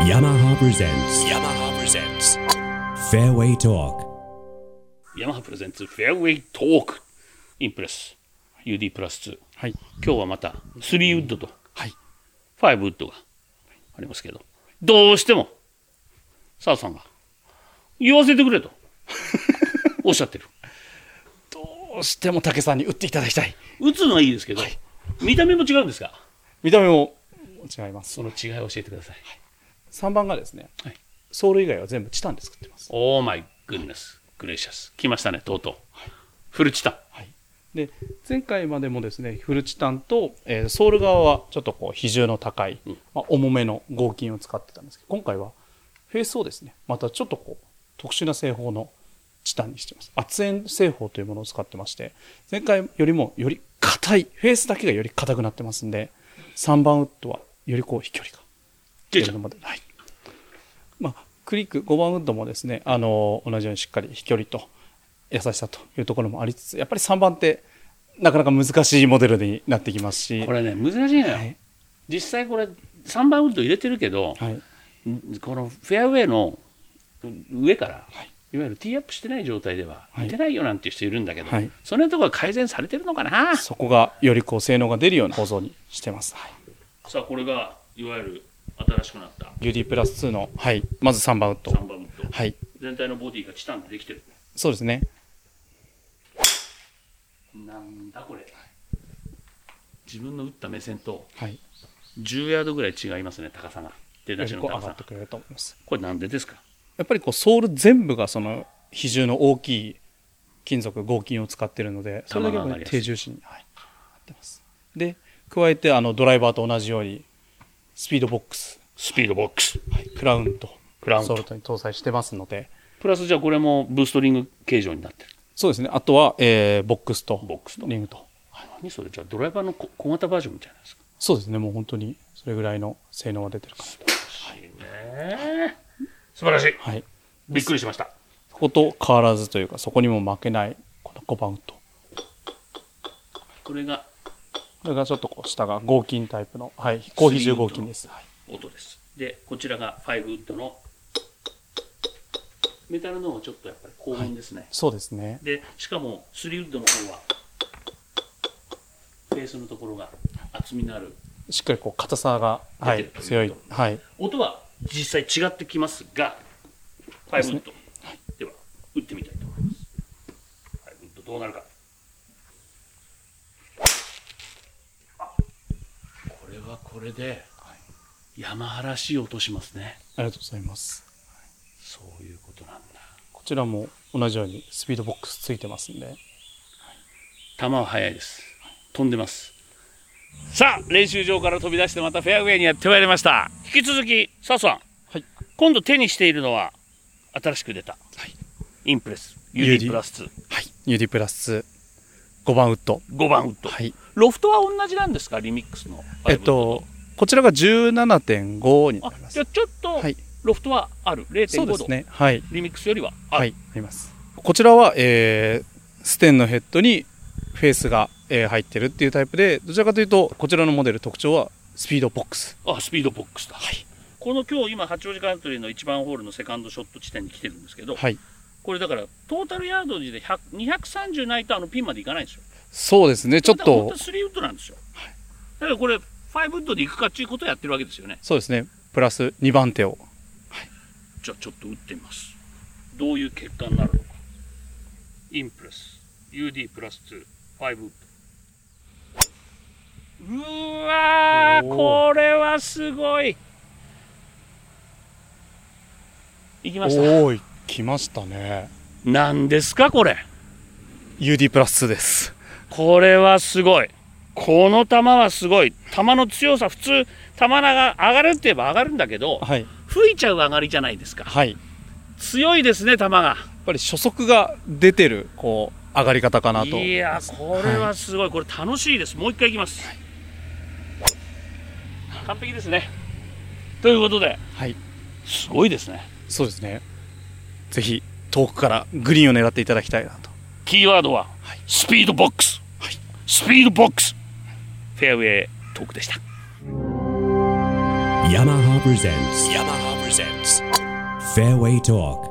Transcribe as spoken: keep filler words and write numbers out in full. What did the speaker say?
Yamaha presents Yamaha presents Fairway Talk ヤマハプレゼンツフェアウェイトークインプレス ユーディー プラスツー、はい、今日はまたスリーウッドとファイブウッドがありますけど、どうしても澤さんが言わせてくれとおっしゃってる。 どうしても武さんに打っていただきたい。 打つのはいいですけど、はい、見た目も違うんですか？ 見た目も違います。 その違いを教えてください。はい、 さんばんがですね、はい、ソール以外は全部チタンで作ってます。 オーマイグッネスグレイシャス、来ましたね、とうとう、はい、フルチタン、はい、 で前回までもですねフルチタンと、えー、ソール側はちょっとこう比重の高い、うんまあ、重めの合金を使ってたんですけど、今回はフェースをですねまたちょっとこう特殊な製法のチタンにしてます。圧延製法というものを使ってまして、前回よりもより硬い、フェースだけがより硬くなってますんで、さんばんウッドはよりこう飛距離が出るので、はい、まあクリックごばんウッドもですね、あの同じようにしっかり飛距離と優しさというところもありつつ、やっぱりさんばんってなかなか難しいモデルになってきますし、 これね難しいのよ、はい、実際これさんばんウッド入れてるけど、はい、このフェアウェイの上から、はい、いわゆるティーアップしてない状態では打てないよなんていう人いるんだけど、はい、そのところが改善されてるのかな。 そこがよりこう性能が出るような構造にしてます。はい、 さあこれがいわゆる新しくなったユーディー プラスツーの、はい、まずさんばんウッド、 さんばんウッド、 はい、 全体のボディがチタンでできてる。 そうですね。 なんだこれ、自分の打った目線とじゅうヤードぐらい違いますね、高さが、出だしの高さ上がってくれると思います。 これなんでですか？ やっぱりこうソール全部がその比重の大きい金属合金を使っているので、それだけが低重心に、はい、なってます。で加えてあのドライバーと同じようにスピードボックススピードボックス、 はい、クラウンとクラウンソルトに搭載してますので、 プラスじゃあこれもブーストリング形状になってる。 そうですね。あとは、えー、ボックスとボックスとリングと、 はい、何それ、じゃあドライバーの小小型バージョンみたいなんですか？ そうですね。もう本当にそれぐらいの性能が出てるかなと。 素晴らしいね、素晴らしい、はい、びっくりしました。 そこと変わらずというか、そこにも負けないこのごばんウッド、 これがこれがちょっとこう下が合金タイプの、はい、高比重合金です。はい、 音です。でこちらがファイブウッドのメタルの方がちょっとやっぱり高音ですね。はい、 そうですね。 でしかもスリーウッドの方はフェースのところが厚みのある、 しっかりこう硬さが、はい、強い、はい、 音は実際違ってきますが、ファイブウッド、ね、はい、では打ってみたいと思います。ファイブウッドどうなるか。あ、これはこれで、はい、ヤマハらしい音しますね。 ありがとうございます。 そういうことなんだ。 こちらも同じようにスピードボックスついてますんで、はい、 球は速いです。飛んでます。さあ練習場から飛び出してまたフェアウェイにやってまいりました。引き続き佐さん、はい、今度手にしているのは新しく出た、はい、インプレス ユーディー プラスツー、 はい、ユーディー プラスツーごばんウッド、 ごばんウッド、はい、ロフトは同じなんですか？リミックスのえっとこちらが じゅうななてんご になります。 じゃあちょっと、はい、ロフトはある れいてんご 度、ね、はい、リミックスよりはある、 はい、あります。こちらは、えー、ステンのヘッドにフェースが、えー、入ってるっていうタイプで、どちらかというとこちらのモデル特徴はスピードボックス。 あ、スピードボックスだ、はい、この今日今八王子カントリーのいちばんホールのセカンドショット地点に来てるんですけど、はい、これだからトータルヤードでにひゃくさんじゅうないとあのピンまでいかないんですよ。 そうですね、ちょっと本当はスリーウッドなんですよ、はい、だからこれファイブウッドでいくかっていうことをやってるわけですよね。 そうですね、プラスにばん手を、 はい、じゃあちょっと打ってみます。どういう結果になるのか。インプレス ユーディー プラスツーファイブウッド、うわーこれはすごい。いきました。 おーい、来ましたね。 何ですかこれ？ ユーディー プラスツーです。 これはすごい。この球はすごい。球の強さ、普通球が上がるって言えば上がるんだけど、はい、吹いちゃう上がりじゃないですか、はい、強いですね球が。やっぱり初速が出てるこう上がり方かなと。 いやこれはすごい、はい、これ楽しいです。もう一回いきます、はい、完璧ですね。ということで、はい、すごいですね。 そうですね、ぜひ遠くからグリーンを狙っていただきたいなと。 キーワードは、はい、スピードボックス、はい、スピードボックス、フェアウェイトークでした。 Yamaha presents Yamaha presents Fairway Talk.